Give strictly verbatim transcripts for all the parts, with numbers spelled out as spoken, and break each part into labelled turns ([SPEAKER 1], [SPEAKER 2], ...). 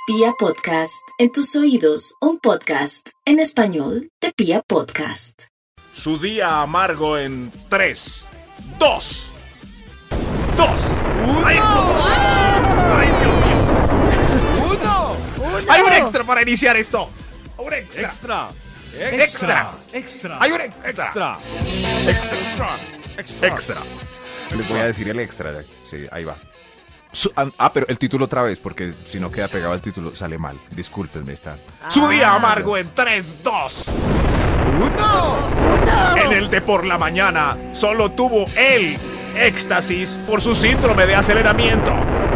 [SPEAKER 1] Pia Podcast, en tus oídos, un podcast en español de Pia Podcast.
[SPEAKER 2] Su día amargo en tres, dos, dos. ¡Ay, ¡Ay, Dios mío!
[SPEAKER 3] ¡Uno! ¡Uno!
[SPEAKER 2] ¡Hay un extra para iniciar esto! ¡Un extra!
[SPEAKER 3] ¡Extra!
[SPEAKER 2] ¡Extra!
[SPEAKER 3] ¡Extra!
[SPEAKER 2] ¡Hay un extra!
[SPEAKER 3] ¡Extra!
[SPEAKER 2] ¡Extra!
[SPEAKER 3] ¡Extra!
[SPEAKER 2] ¡Extra! Les voy a decir el extra. Sí, ahí va. Su- ah, pero el título otra vez, porque si no queda pegado el título, sale mal. Discúlpenme, está.
[SPEAKER 4] Ah.
[SPEAKER 2] Su día amargo en tres, dos.
[SPEAKER 3] ¡Uno!
[SPEAKER 2] En el de por la mañana, solo tuvo él éxtasis por su síndrome de aceleramiento.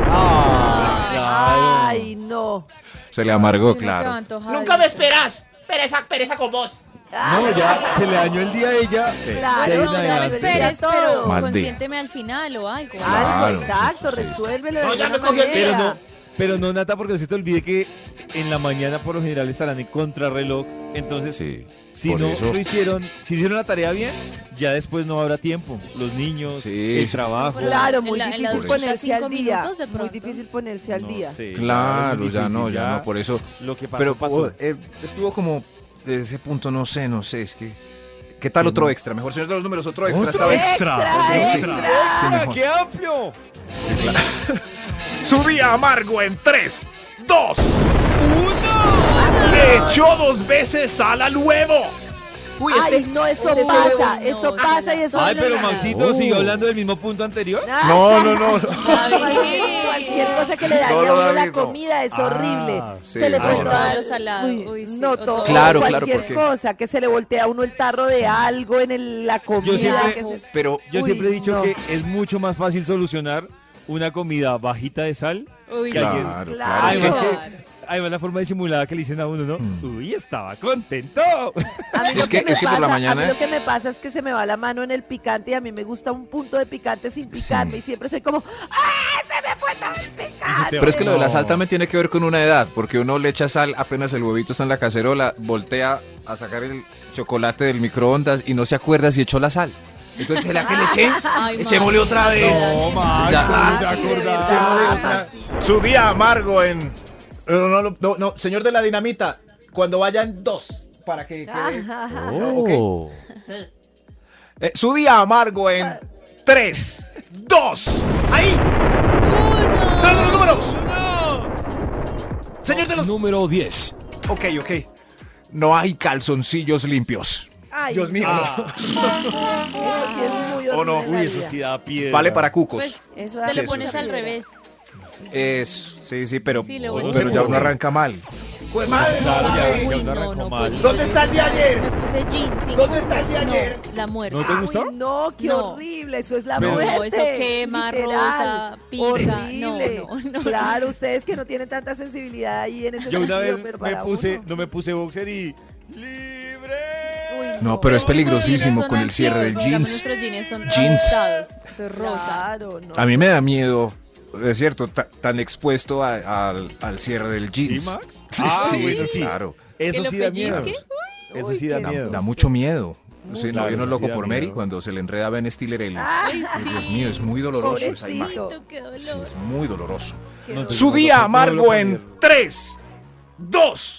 [SPEAKER 4] Ay, no.
[SPEAKER 2] Se le amargó,
[SPEAKER 5] Uno que va
[SPEAKER 2] claro.
[SPEAKER 5] antojado.
[SPEAKER 6] Nunca me esperas. Pereza, pereza con vos.
[SPEAKER 3] No, ya se le dañó el día a ella.
[SPEAKER 4] Claro,
[SPEAKER 3] Ya hay
[SPEAKER 5] No,
[SPEAKER 3] una
[SPEAKER 5] no
[SPEAKER 3] edad.
[SPEAKER 5] me esperes,
[SPEAKER 4] todo.
[SPEAKER 5] pero
[SPEAKER 2] Mal día.
[SPEAKER 5] consiénteme al final o algo.
[SPEAKER 4] Algo,
[SPEAKER 2] Claro.
[SPEAKER 4] exacto,
[SPEAKER 2] Sí.
[SPEAKER 4] resuélvelo de
[SPEAKER 6] No, ya
[SPEAKER 4] alguna
[SPEAKER 6] me cogió el
[SPEAKER 3] Pero
[SPEAKER 4] manera.
[SPEAKER 3] no, pero no, Nata, porque no se te olvide que en la mañana por lo general estarán en contrarreloj. Entonces,
[SPEAKER 2] Sí,
[SPEAKER 3] si
[SPEAKER 2] por
[SPEAKER 3] no
[SPEAKER 2] eso.
[SPEAKER 3] lo hicieron, si hicieron la tarea bien, ya después no habrá tiempo. Los niños,
[SPEAKER 2] Sí,
[SPEAKER 3] el
[SPEAKER 2] sí.
[SPEAKER 3] trabajo.
[SPEAKER 4] Claro,
[SPEAKER 5] En
[SPEAKER 4] muy
[SPEAKER 5] la- en la
[SPEAKER 4] difícil
[SPEAKER 2] ducha
[SPEAKER 4] ponerse al
[SPEAKER 5] cinco
[SPEAKER 4] día.
[SPEAKER 5] minutos de
[SPEAKER 4] Muy
[SPEAKER 5] pronto.
[SPEAKER 4] difícil ponerse al
[SPEAKER 3] No
[SPEAKER 4] día.
[SPEAKER 3] sé,
[SPEAKER 2] Claro,
[SPEAKER 3] es
[SPEAKER 2] ya no,
[SPEAKER 3] difícil,
[SPEAKER 2] ya no, por eso.
[SPEAKER 3] Lo que pasó,
[SPEAKER 2] Pero
[SPEAKER 3] pasó.
[SPEAKER 2] oh, eh, estuvo como desde ese punto, no sé, no sé, es que. ¿Qué tal
[SPEAKER 3] Sí,
[SPEAKER 2] otro
[SPEAKER 3] no.
[SPEAKER 2] extra? Mejor señor de los números, otro extra.
[SPEAKER 3] ¿Otro
[SPEAKER 2] esta vez.
[SPEAKER 4] extra?
[SPEAKER 2] Sí, sí,
[SPEAKER 4] extra.
[SPEAKER 2] sí,
[SPEAKER 3] ¡Ah,
[SPEAKER 2] mejor.
[SPEAKER 3] qué amplio!
[SPEAKER 2] Sí, claro. Su día amargo en tres, dos. Le echó dos veces sal al huevo.
[SPEAKER 6] Uy,
[SPEAKER 4] Ay,
[SPEAKER 6] este.
[SPEAKER 4] no, eso
[SPEAKER 6] este
[SPEAKER 4] pasa,
[SPEAKER 5] no,
[SPEAKER 4] eso
[SPEAKER 5] no,
[SPEAKER 4] pasa y
[SPEAKER 5] no.
[SPEAKER 4] eso
[SPEAKER 3] Ay,
[SPEAKER 4] no
[SPEAKER 3] pero
[SPEAKER 4] es nada.
[SPEAKER 3] Maxito
[SPEAKER 2] Oh.
[SPEAKER 3] siguió hablando del mismo punto anterior.
[SPEAKER 4] Ah,
[SPEAKER 2] No, no, no.
[SPEAKER 4] Cualquier, cualquier cosa que le dañe
[SPEAKER 2] No,
[SPEAKER 4] a
[SPEAKER 2] no,
[SPEAKER 4] uno la
[SPEAKER 2] David, no.
[SPEAKER 4] comida es
[SPEAKER 3] Ah,
[SPEAKER 4] horrible.
[SPEAKER 2] sí,
[SPEAKER 4] se le
[SPEAKER 2] no,
[SPEAKER 4] fue
[SPEAKER 2] no,
[SPEAKER 4] toda-
[SPEAKER 5] no. Todo lo salado.
[SPEAKER 4] Uy,
[SPEAKER 5] Uy, sí,
[SPEAKER 4] no
[SPEAKER 5] o
[SPEAKER 4] todo.
[SPEAKER 5] todo.
[SPEAKER 2] Claro, claro,
[SPEAKER 4] cualquier
[SPEAKER 2] porque-
[SPEAKER 4] cosa, que se le voltea a uno el tarro de algo en el- la comida.
[SPEAKER 3] siempre-
[SPEAKER 4] que se-
[SPEAKER 2] Pero
[SPEAKER 3] Yo
[SPEAKER 4] Uy,
[SPEAKER 3] siempre he dicho
[SPEAKER 4] no.
[SPEAKER 3] que es mucho más fácil solucionar una comida bajita de sal.
[SPEAKER 5] Uy,
[SPEAKER 3] Claro,
[SPEAKER 5] sí.
[SPEAKER 2] claro,
[SPEAKER 4] Claro.
[SPEAKER 2] claro. es que-
[SPEAKER 3] Además,
[SPEAKER 5] Claro.
[SPEAKER 3] que, además la forma disimulada que le dicen a uno, ¿no?
[SPEAKER 2] Mm.
[SPEAKER 3] Uy, estaba contento.
[SPEAKER 4] A mí
[SPEAKER 2] Es
[SPEAKER 4] lo
[SPEAKER 2] que-
[SPEAKER 4] me
[SPEAKER 2] es que por la
[SPEAKER 4] pasa-
[SPEAKER 2] mañana-
[SPEAKER 4] a mí lo que me pasa es que se me va la mano en el picante y a mí me gusta un punto de picante sin picarme
[SPEAKER 2] Sí.
[SPEAKER 4] y siempre estoy como ¡ah, se me fue todo el picante!
[SPEAKER 3] te
[SPEAKER 2] Pero es que lo de la
[SPEAKER 3] No.
[SPEAKER 2] sal también tiene que ver con una edad, porque uno le echa sal apenas el huevito está en la cacerola, voltea a sacar el chocolate del microondas y no se acuerda si echó la sal. Entonces, ¿será que le eché?
[SPEAKER 5] Ay,
[SPEAKER 2] Echémosle
[SPEAKER 5] Max,
[SPEAKER 2] otra vez.
[SPEAKER 3] No, Max,
[SPEAKER 2] Ya.
[SPEAKER 3] ¿cómo se
[SPEAKER 4] Ah, sí, de
[SPEAKER 3] acordaba?
[SPEAKER 4] verdad.
[SPEAKER 2] Su día amargo en... No, no, no, no, no, señor de la dinamita, cuando vayan dos, para que quede...
[SPEAKER 3] Oh.
[SPEAKER 2] Eh, su día amargo en tres, dos. ¡Ahí!
[SPEAKER 5] Uno.
[SPEAKER 2] ¡Señor de los números! Señor de los...
[SPEAKER 3] Número diez.
[SPEAKER 2] Ok, ok. No hay calzoncillos limpios.
[SPEAKER 4] Ay,
[SPEAKER 2] Dios mío,
[SPEAKER 3] Ah.
[SPEAKER 2] no.
[SPEAKER 4] Eso sí es muy
[SPEAKER 2] Oh, no.
[SPEAKER 4] horrible en la
[SPEAKER 3] Uy, eso
[SPEAKER 4] vida.
[SPEAKER 3] sí da piedra.
[SPEAKER 2] Vale para cucos.
[SPEAKER 5] Pues
[SPEAKER 4] Eso
[SPEAKER 5] te
[SPEAKER 4] hace
[SPEAKER 5] lo
[SPEAKER 2] eso
[SPEAKER 5] pones
[SPEAKER 4] mucha
[SPEAKER 5] al
[SPEAKER 4] piedra.
[SPEAKER 5] revés.
[SPEAKER 2] Es, sí, sí, pero,
[SPEAKER 5] Sí, lo
[SPEAKER 3] bueno.
[SPEAKER 2] pero ya uno arranca mal.
[SPEAKER 6] Pues madre,
[SPEAKER 3] Claro,
[SPEAKER 6] no,
[SPEAKER 3] ya,
[SPEAKER 6] madre.
[SPEAKER 3] ya
[SPEAKER 5] Uy,
[SPEAKER 3] uno
[SPEAKER 5] no,
[SPEAKER 3] arrancó
[SPEAKER 5] no.
[SPEAKER 3] mal.
[SPEAKER 5] pues,
[SPEAKER 6] ¿Dónde está el de ayer?
[SPEAKER 5] Me puse jeans. sin
[SPEAKER 6] ¿Dónde está el de
[SPEAKER 5] cucos.
[SPEAKER 6] ayer?
[SPEAKER 5] No, la muerte.
[SPEAKER 3] ¿No te gustó?
[SPEAKER 4] Uy, no, qué
[SPEAKER 5] No.
[SPEAKER 4] horrible, eso es la
[SPEAKER 3] Pero-
[SPEAKER 4] muerte.
[SPEAKER 5] No, eso quema,
[SPEAKER 4] literal.
[SPEAKER 5] rosa, pica,
[SPEAKER 4] Horrible.
[SPEAKER 5] no, no, no.
[SPEAKER 4] Claro, ustedes que no tienen tanta sensibilidad ahí en ese
[SPEAKER 3] Yo una
[SPEAKER 4] sentido,
[SPEAKER 3] vez
[SPEAKER 4] pero
[SPEAKER 3] me
[SPEAKER 4] para
[SPEAKER 3] puse,
[SPEAKER 4] uno.
[SPEAKER 3] no me puse boxer y... ¡Libre!
[SPEAKER 4] Uy,
[SPEAKER 2] No, pero es
[SPEAKER 5] Nuestros
[SPEAKER 2] peligrosísimo
[SPEAKER 5] jeans son
[SPEAKER 2] con el cierre del
[SPEAKER 5] anchitos, digamos,
[SPEAKER 2] jeans.
[SPEAKER 5] Nuestros jeans son
[SPEAKER 2] Jeans.
[SPEAKER 5] rosados, de rosa.
[SPEAKER 4] Claro, no.
[SPEAKER 2] A mí me da miedo, es cierto, ta- tan expuesto a- al, al cierre del
[SPEAKER 3] ¿Sí,
[SPEAKER 2] jeans.
[SPEAKER 3] Max?
[SPEAKER 2] Sí,
[SPEAKER 3] Ah,
[SPEAKER 2] sí,
[SPEAKER 3] bueno,
[SPEAKER 2] sí,
[SPEAKER 3] sí.
[SPEAKER 2] claro.
[SPEAKER 3] Eso
[SPEAKER 5] ¿Que lo
[SPEAKER 3] sí da miedo.
[SPEAKER 5] pellizque?
[SPEAKER 3] Eso
[SPEAKER 4] Uy,
[SPEAKER 3] sí da
[SPEAKER 4] qué
[SPEAKER 2] Da,
[SPEAKER 3] miedo.
[SPEAKER 2] da
[SPEAKER 4] susto.
[SPEAKER 2] mucho miedo. Sí,
[SPEAKER 4] Mucho.
[SPEAKER 2] ¿no vieron
[SPEAKER 3] Claro,
[SPEAKER 2] Loco
[SPEAKER 3] sí da
[SPEAKER 2] por Mary
[SPEAKER 3] miedo.
[SPEAKER 2] cuando se le enreda a Ben Stiller el...
[SPEAKER 4] Ay,
[SPEAKER 2] Ay, Dios mío, es muy doloroso esa imagen.
[SPEAKER 4] pobrecito.
[SPEAKER 5] Qué dolor.
[SPEAKER 2] Sí, es muy doloroso.
[SPEAKER 4] qué
[SPEAKER 3] No,
[SPEAKER 4] dolor.
[SPEAKER 2] Su día
[SPEAKER 3] no, no,
[SPEAKER 2] amargo
[SPEAKER 3] no,
[SPEAKER 2] en
[SPEAKER 3] no.
[SPEAKER 2] tres, dos,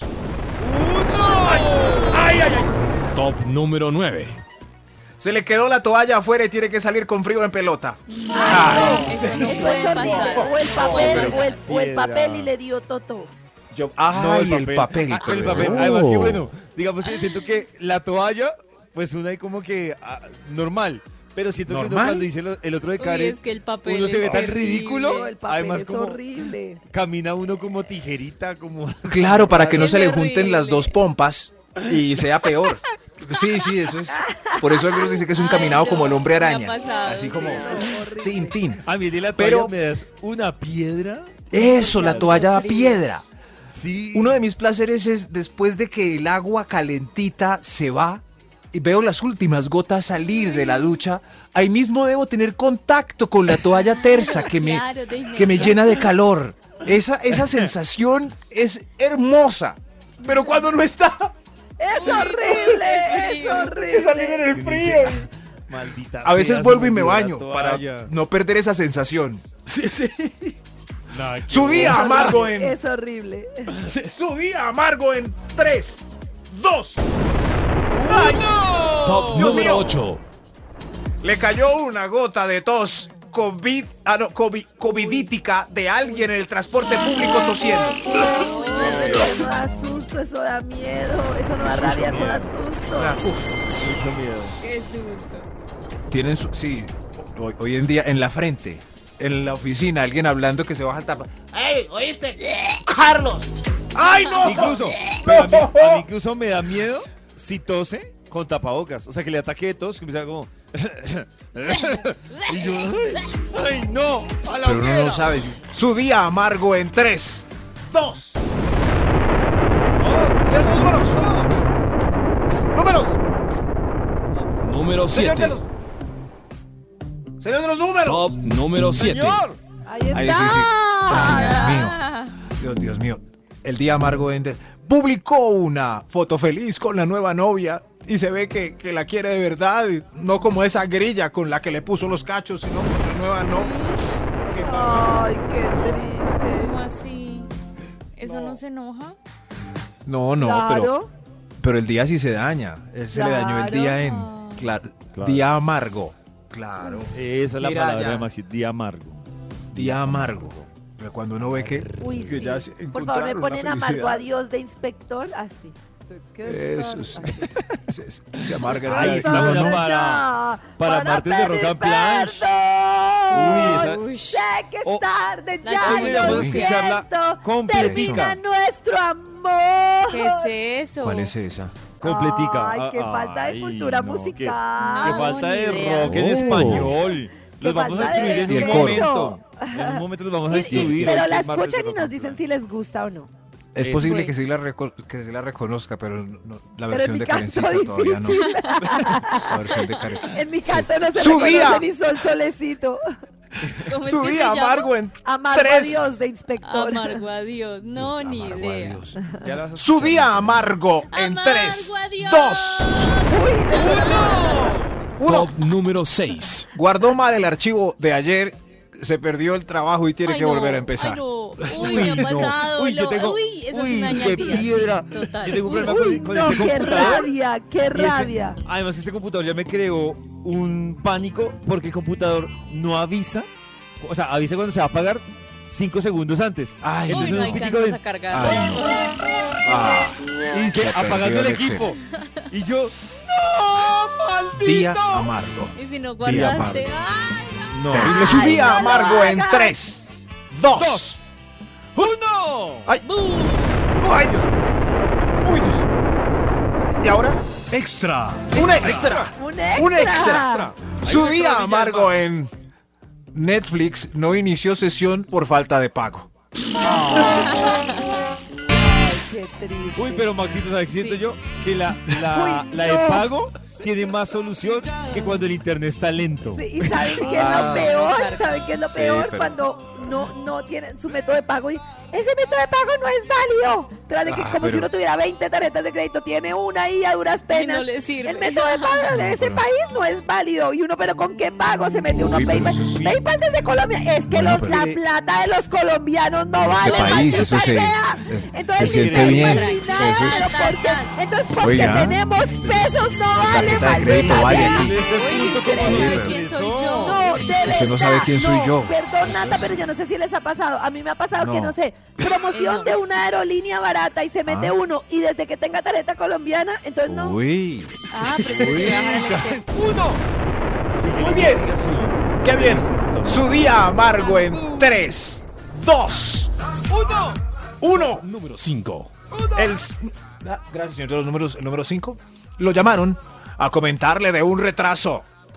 [SPEAKER 2] uno. Ay, ay, ay, ay.
[SPEAKER 7] Top número nueve.
[SPEAKER 2] Se le quedó la toalla afuera y tiene que salir con frío en pelota.
[SPEAKER 5] Ay, no, eso no
[SPEAKER 4] Eso
[SPEAKER 5] puede
[SPEAKER 4] es horrible.
[SPEAKER 5] pasar.
[SPEAKER 4] O el papel,
[SPEAKER 3] pero
[SPEAKER 4] o el, o el
[SPEAKER 3] piedra.
[SPEAKER 4] papel y le dio toto.
[SPEAKER 2] Yo, ay,
[SPEAKER 3] No,
[SPEAKER 2] el papel.
[SPEAKER 3] Ah,
[SPEAKER 2] pero-
[SPEAKER 3] el papel.
[SPEAKER 2] Oh.
[SPEAKER 3] Además que bueno, digamos que siento que la toalla, pues una hay como que ah, normal. Pero siento que uno
[SPEAKER 2] ¿Normal?
[SPEAKER 3] cuando dice lo- el otro de
[SPEAKER 5] Uy,
[SPEAKER 3] Karen,
[SPEAKER 5] es que el papel
[SPEAKER 3] uno se
[SPEAKER 5] es
[SPEAKER 3] ve tan
[SPEAKER 5] terrible.
[SPEAKER 3] ridículo.
[SPEAKER 4] No, el papel
[SPEAKER 3] Además,
[SPEAKER 4] es
[SPEAKER 3] como-
[SPEAKER 4] horrible.
[SPEAKER 3] camina uno como tijerita, como...
[SPEAKER 2] Claro, para que no
[SPEAKER 5] Es
[SPEAKER 2] se le
[SPEAKER 5] horrible.
[SPEAKER 2] junten las dos pompas y sea peor. Sí, sí, eso es. Por eso algunos dicen que es un
[SPEAKER 5] Ay,
[SPEAKER 2] caminado
[SPEAKER 5] no,
[SPEAKER 2] como el hombre
[SPEAKER 5] me ha
[SPEAKER 2] araña.
[SPEAKER 5] pasado,
[SPEAKER 2] Así como
[SPEAKER 4] Horrible.
[SPEAKER 2] tin, tin.
[SPEAKER 3] A mí de la
[SPEAKER 2] Pero-
[SPEAKER 3] toalla me das una piedra.
[SPEAKER 2] Eso, la toalla da piedra.
[SPEAKER 3] Sí.
[SPEAKER 2] Uno de mis placeres es después de que el agua calentita se va y veo las últimas gotas salir de la ducha, ahí mismo debo tener contacto con la toalla tersa que me,
[SPEAKER 5] Claro, de
[SPEAKER 2] que me
[SPEAKER 5] inmediato.
[SPEAKER 2] llena de calor. Esa, esa sensación es hermosa. Pero cuando no está,
[SPEAKER 4] Es horrible, es
[SPEAKER 5] frío.
[SPEAKER 2] que salir
[SPEAKER 4] horrible.
[SPEAKER 2] en el frío.
[SPEAKER 3] Maldita
[SPEAKER 2] A veces
[SPEAKER 3] sea,
[SPEAKER 2] vuelvo
[SPEAKER 3] se
[SPEAKER 2] y
[SPEAKER 3] me
[SPEAKER 2] me
[SPEAKER 3] olvidó la
[SPEAKER 2] baño para
[SPEAKER 3] toalla.
[SPEAKER 2] no perder esa sensación. Sí, sí.
[SPEAKER 3] Nah, qué
[SPEAKER 6] Su día
[SPEAKER 4] Es
[SPEAKER 6] amargo
[SPEAKER 4] horrible,
[SPEAKER 6] en.
[SPEAKER 4] Es horrible.
[SPEAKER 6] Su día amargo en tres, dos.
[SPEAKER 7] Top
[SPEAKER 6] Dios
[SPEAKER 7] número
[SPEAKER 6] mío.
[SPEAKER 7] ocho.
[SPEAKER 2] Le cayó una gota de tos COVID, ah, no, COVID, covidítica de alguien en el transporte público tosiendo.
[SPEAKER 4] Uy, pero eso no da susto, eso da miedo. Eso no da rabia, eso da susto.
[SPEAKER 2] Ah, uf.
[SPEAKER 3] Mucho miedo.
[SPEAKER 5] Qué susto.
[SPEAKER 2] Tienen su, sí, hoy, hoy en día en la frente, en la oficina, alguien hablando que se baja el tapa.
[SPEAKER 6] ¡Ey! ¿Oíste? ¡Carlos! ¡Ay, no!
[SPEAKER 3] Incluso, pero a mí, a mí incluso me da miedo si tose con tapabocas. O sea, que le ataque de tos, que me sea como... y yo, ay, ay, no, a la
[SPEAKER 2] Pero uno
[SPEAKER 3] hoguera.
[SPEAKER 2] no sabe si... Su día amargo en tres, dos.
[SPEAKER 6] Oh, señor de los números. ¡Números!
[SPEAKER 7] Número
[SPEAKER 6] ¡Señor de
[SPEAKER 7] siete.
[SPEAKER 6] los... ¡Señor de los números!
[SPEAKER 7] Top número siete.
[SPEAKER 3] Señor.
[SPEAKER 4] Ahí está.
[SPEAKER 2] Ahí sí, sí. Ay, Dios mío.
[SPEAKER 5] Ah,
[SPEAKER 2] Dios, Dios mío. El día amargo en... de- Publicó una foto feliz con la nueva novia y se ve que, que la quiere de verdad, y no como esa grilla con la que le puso los cachos, sino con la nueva no. Qué mal.
[SPEAKER 4] Ay, qué triste.
[SPEAKER 5] ¿cómo así? ¿Eso no, se enoja?
[SPEAKER 2] No, no,
[SPEAKER 4] Claro.
[SPEAKER 2] pero, pero el día sí se daña. Él se le dañó el
[SPEAKER 4] Claro.
[SPEAKER 2] día en...
[SPEAKER 5] Ah.
[SPEAKER 2] Claro,
[SPEAKER 3] Claro.
[SPEAKER 2] día amargo. Claro.
[SPEAKER 3] Esa es la
[SPEAKER 2] Mira,
[SPEAKER 3] palabra
[SPEAKER 2] ya.
[SPEAKER 3] de Maxi, día amargo.
[SPEAKER 2] Día amargo. Pero cuando uno ve que,
[SPEAKER 4] Uy,
[SPEAKER 2] que
[SPEAKER 4] sí.
[SPEAKER 2] ya se
[SPEAKER 4] Por favor, me
[SPEAKER 2] encontraron
[SPEAKER 4] ponen
[SPEAKER 2] la
[SPEAKER 4] amargo
[SPEAKER 2] felicidad.
[SPEAKER 4] adiós de inspector. Así.
[SPEAKER 2] Eso sí. Se, se- se amarga.
[SPEAKER 3] Ahí
[SPEAKER 2] el
[SPEAKER 3] está,
[SPEAKER 2] día.
[SPEAKER 3] una
[SPEAKER 2] No, no.
[SPEAKER 3] para- para martes de Rock and Planche.
[SPEAKER 4] Uy,
[SPEAKER 3] esa-
[SPEAKER 5] Uy,
[SPEAKER 4] sé que es
[SPEAKER 3] Oh,
[SPEAKER 4] tarde
[SPEAKER 5] la
[SPEAKER 4] ya,
[SPEAKER 5] que
[SPEAKER 4] y
[SPEAKER 5] deberíamos
[SPEAKER 4] lo
[SPEAKER 3] escucharla
[SPEAKER 4] siento.
[SPEAKER 3] completica.
[SPEAKER 4] Termina nuestro amor.
[SPEAKER 5] ¿qué es eso?
[SPEAKER 2] ¿Cuál es esa?
[SPEAKER 3] Completica.
[SPEAKER 4] Ay, qué
[SPEAKER 3] Ah,
[SPEAKER 4] falta de
[SPEAKER 3] ay,
[SPEAKER 4] cultura
[SPEAKER 3] no,
[SPEAKER 4] musical.
[SPEAKER 3] Qué,
[SPEAKER 5] No,
[SPEAKER 3] qué falta
[SPEAKER 5] ni
[SPEAKER 3] de
[SPEAKER 5] idea.
[SPEAKER 3] rock en
[SPEAKER 2] Oh.
[SPEAKER 3] español.
[SPEAKER 4] Qué
[SPEAKER 3] Los vamos a
[SPEAKER 4] falta de
[SPEAKER 3] destruir en un
[SPEAKER 2] despecho.
[SPEAKER 3] momento. En un momento los vamos a
[SPEAKER 4] Y- y-
[SPEAKER 3] destruir.
[SPEAKER 4] pero
[SPEAKER 3] Hoy
[SPEAKER 4] la
[SPEAKER 3] que es martes
[SPEAKER 4] escuchan
[SPEAKER 3] de
[SPEAKER 4] y
[SPEAKER 3] Rock
[SPEAKER 4] nos
[SPEAKER 3] and
[SPEAKER 4] dicen
[SPEAKER 3] Planche.
[SPEAKER 4] si les gusta o no.
[SPEAKER 2] Es
[SPEAKER 3] Eh,
[SPEAKER 2] posible
[SPEAKER 5] pues.
[SPEAKER 2] que sí, la reco- que sí la reconozca, pero no- la
[SPEAKER 4] Pero en
[SPEAKER 2] versión
[SPEAKER 4] mi
[SPEAKER 2] de
[SPEAKER 4] canto
[SPEAKER 2] Karencita todavía no.
[SPEAKER 4] difícil.
[SPEAKER 2] La versión de Karen.
[SPEAKER 4] En mi canto no se
[SPEAKER 2] Su
[SPEAKER 4] reconoce
[SPEAKER 2] día.
[SPEAKER 4] ni sol solecito.
[SPEAKER 5] ¿Cómo es
[SPEAKER 2] Su
[SPEAKER 5] que se
[SPEAKER 2] día
[SPEAKER 5] llama?
[SPEAKER 2] amargo en
[SPEAKER 4] Amargo
[SPEAKER 2] tres.
[SPEAKER 4] adiós de inspector.
[SPEAKER 5] Amargo adiós. No, ni
[SPEAKER 2] Amargo
[SPEAKER 5] idea.
[SPEAKER 2] adiós.
[SPEAKER 3] Ya la vas a
[SPEAKER 2] Su
[SPEAKER 3] escuchar.
[SPEAKER 2] día amargo en
[SPEAKER 5] Amargo
[SPEAKER 2] tres,
[SPEAKER 5] adiós.
[SPEAKER 2] dos.
[SPEAKER 4] Uy, me suena
[SPEAKER 2] Uno.
[SPEAKER 7] Top número seis.
[SPEAKER 2] Guardó mal el archivo de ayer, se perdió el trabajo y tiene
[SPEAKER 5] Ay,
[SPEAKER 2] que
[SPEAKER 5] no,
[SPEAKER 2] volver a empezar.
[SPEAKER 5] Ay, no. Uy,
[SPEAKER 3] Uy,
[SPEAKER 5] me ha
[SPEAKER 3] no.
[SPEAKER 5] pasado.
[SPEAKER 3] Uy, yo
[SPEAKER 5] lo-
[SPEAKER 3] tengo-
[SPEAKER 5] uy, eso
[SPEAKER 3] uy,
[SPEAKER 5] es una
[SPEAKER 3] qué
[SPEAKER 5] ñañía, sí,
[SPEAKER 3] piedra.
[SPEAKER 5] total.
[SPEAKER 3] Yo tengo un
[SPEAKER 5] Uy,
[SPEAKER 3] problema
[SPEAKER 4] Uy,
[SPEAKER 3] con, con
[SPEAKER 4] no,
[SPEAKER 3] este
[SPEAKER 4] qué
[SPEAKER 3] computador.
[SPEAKER 4] rabia, qué
[SPEAKER 3] Y este-
[SPEAKER 4] rabia.
[SPEAKER 3] además, este computador ya me creó un pánico porque el computador no avisa. O sea, avisa cuando se va a apagar cinco segundos antes.
[SPEAKER 2] Ay,
[SPEAKER 5] Uy,
[SPEAKER 3] Entonces
[SPEAKER 5] no
[SPEAKER 3] un
[SPEAKER 5] hay
[SPEAKER 3] pitico
[SPEAKER 5] chance
[SPEAKER 3] de...
[SPEAKER 5] a cargar.
[SPEAKER 2] Ay, ah,
[SPEAKER 3] Y dice,
[SPEAKER 2] Se
[SPEAKER 3] apagando
[SPEAKER 2] perdió
[SPEAKER 3] el
[SPEAKER 2] el Excel.
[SPEAKER 3] equipo. Y yo, ¡no, maldito!
[SPEAKER 2] día amargo.
[SPEAKER 5] Y si no
[SPEAKER 2] Día
[SPEAKER 5] guardaste.
[SPEAKER 2] amargo.
[SPEAKER 5] ¡Ay,
[SPEAKER 3] No.
[SPEAKER 2] Terrible su
[SPEAKER 4] Ay,
[SPEAKER 2] día
[SPEAKER 4] no lo
[SPEAKER 2] amargo en
[SPEAKER 4] hagas.
[SPEAKER 2] tres, dos.
[SPEAKER 3] Dos. ¡Uno!
[SPEAKER 2] Ay,
[SPEAKER 5] no! ¡Bum!
[SPEAKER 2] ay, Dios. Uy, Dios. ¿Y ahora? Extra. Un extra.
[SPEAKER 4] Un extra.
[SPEAKER 2] Un extra. Su
[SPEAKER 3] Hay un
[SPEAKER 2] día
[SPEAKER 3] extra
[SPEAKER 2] amargo
[SPEAKER 3] Villalba.
[SPEAKER 2] en Netflix no inició sesión por falta de pago.
[SPEAKER 4] Ay, qué triste.
[SPEAKER 3] Uy, pero Maxito, ¿sabes qué siento
[SPEAKER 5] Sí.
[SPEAKER 3] yo? Que la, la,
[SPEAKER 4] Uy,
[SPEAKER 3] la
[SPEAKER 4] no.
[SPEAKER 3] de pago tiene más solución que cuando el internet está lento.
[SPEAKER 4] Sí, y saben qué es
[SPEAKER 2] Ah.
[SPEAKER 4] lo peor, saben qué es lo
[SPEAKER 2] Sí,
[SPEAKER 4] peor
[SPEAKER 2] pero-
[SPEAKER 4] cuando no, no tienen su método de pago y ese método de pago no es válido. Tras de que
[SPEAKER 2] Ah,
[SPEAKER 4] como si
[SPEAKER 2] pero-
[SPEAKER 4] uno tuviera veinte tarjetas de crédito, tiene una ahí a duras
[SPEAKER 5] Y
[SPEAKER 4] penas.
[SPEAKER 5] no le sirve.
[SPEAKER 4] El método de pago de ese
[SPEAKER 2] pero-
[SPEAKER 4] país no es válido. Y uno, pero ¿con qué pago se mete uno a
[SPEAKER 2] Uy, pero
[SPEAKER 4] PayPal?
[SPEAKER 2] eso sí.
[SPEAKER 4] PayPal desde Colombia. Es que
[SPEAKER 2] Bueno,
[SPEAKER 4] los,
[SPEAKER 2] pero-
[SPEAKER 4] la plata de los colombianos no vale.
[SPEAKER 2] Este país,
[SPEAKER 4] maldita
[SPEAKER 2] eso se,
[SPEAKER 4] sea.
[SPEAKER 2] es-
[SPEAKER 4] Entonces,
[SPEAKER 2] se
[SPEAKER 4] ni
[SPEAKER 2] siente bien.
[SPEAKER 4] PayPal ni nada,
[SPEAKER 2] Eso es-
[SPEAKER 4] pero ¿por qué? Entonces, porque
[SPEAKER 2] Oiga.
[SPEAKER 4] tenemos pesos no vale,
[SPEAKER 2] tarjeta de crédito
[SPEAKER 4] maldita
[SPEAKER 2] vale
[SPEAKER 4] sea.
[SPEAKER 2] aquí.
[SPEAKER 3] Este
[SPEAKER 5] Uy,
[SPEAKER 3] punto
[SPEAKER 5] usted no
[SPEAKER 3] como
[SPEAKER 5] sabe
[SPEAKER 2] pero-
[SPEAKER 5] quién soy
[SPEAKER 3] eso.
[SPEAKER 5] yo.
[SPEAKER 4] No, de
[SPEAKER 2] Usted no
[SPEAKER 4] verdad,
[SPEAKER 2] sabe quién soy
[SPEAKER 4] no,
[SPEAKER 2] yo.
[SPEAKER 4] Perdón, Nata, pero yo no sé si les ha pasado. A mí me ha pasado que,
[SPEAKER 2] No.
[SPEAKER 4] no sé, promoción
[SPEAKER 5] No.
[SPEAKER 4] de una aerolínea barata y se mete
[SPEAKER 2] Ah.
[SPEAKER 4] uno. Y desde que tenga tarjeta colombiana, entonces no.
[SPEAKER 2] Uy.
[SPEAKER 5] Ah, pero se puede bajar el Excel.
[SPEAKER 3] ¡Uno!
[SPEAKER 2] Muy bien. Qué bien. Su día amargo en tres, dos,
[SPEAKER 3] ¡Uno!
[SPEAKER 2] uno.
[SPEAKER 7] Número cinco.
[SPEAKER 2] El, ah, gracias, señor de los números. El número cinco. Lo llamaron a comentarle de un retraso.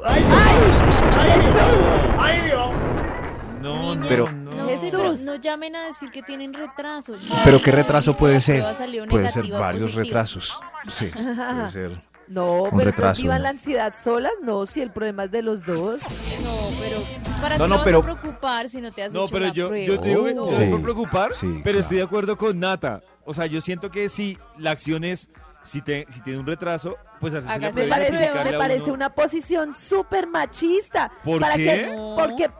[SPEAKER 6] ¡Ay, Dios!
[SPEAKER 3] No, no,
[SPEAKER 2] Pero-
[SPEAKER 3] no.
[SPEAKER 5] No,
[SPEAKER 4] Jesús.
[SPEAKER 5] sí, pero no llamen a decir que tienen retraso.
[SPEAKER 2] Pero ¿qué retraso puede ser?
[SPEAKER 5] La prueba salió
[SPEAKER 2] Puede ser
[SPEAKER 5] negativa o
[SPEAKER 2] varios
[SPEAKER 5] positiva.
[SPEAKER 2] retrasos. Sí, puede ser.
[SPEAKER 4] No,
[SPEAKER 2] Un
[SPEAKER 4] pero
[SPEAKER 2] retraso,
[SPEAKER 4] no vivan
[SPEAKER 2] ¿no?
[SPEAKER 4] la ansiedad solas. No, si el problema es de los dos.
[SPEAKER 5] No, pero ¿para
[SPEAKER 2] No,
[SPEAKER 5] qué
[SPEAKER 2] no,
[SPEAKER 5] no,
[SPEAKER 2] pero-
[SPEAKER 5] vas a preocupar si no te has
[SPEAKER 3] No,
[SPEAKER 5] hecho
[SPEAKER 3] pero
[SPEAKER 5] la
[SPEAKER 3] yo,
[SPEAKER 5] prueba?
[SPEAKER 3] yo te digo que no
[SPEAKER 2] Oh.
[SPEAKER 3] es
[SPEAKER 2] Sí,
[SPEAKER 3] por preocupar,
[SPEAKER 2] sí,
[SPEAKER 3] pero
[SPEAKER 2] claro.
[SPEAKER 3] estoy de acuerdo con Nata. O sea, yo siento que si la acción es, si, te, si tiene un retraso, pues hacerse la
[SPEAKER 5] Hágase
[SPEAKER 3] prueba
[SPEAKER 4] Me
[SPEAKER 5] la
[SPEAKER 3] y
[SPEAKER 4] parece,
[SPEAKER 3] explicarle
[SPEAKER 4] me
[SPEAKER 3] a
[SPEAKER 4] parece
[SPEAKER 3] uno.
[SPEAKER 4] una posición súper machista.
[SPEAKER 3] ¿Por
[SPEAKER 4] para
[SPEAKER 3] qué?
[SPEAKER 4] Que,
[SPEAKER 5] No.
[SPEAKER 4] porque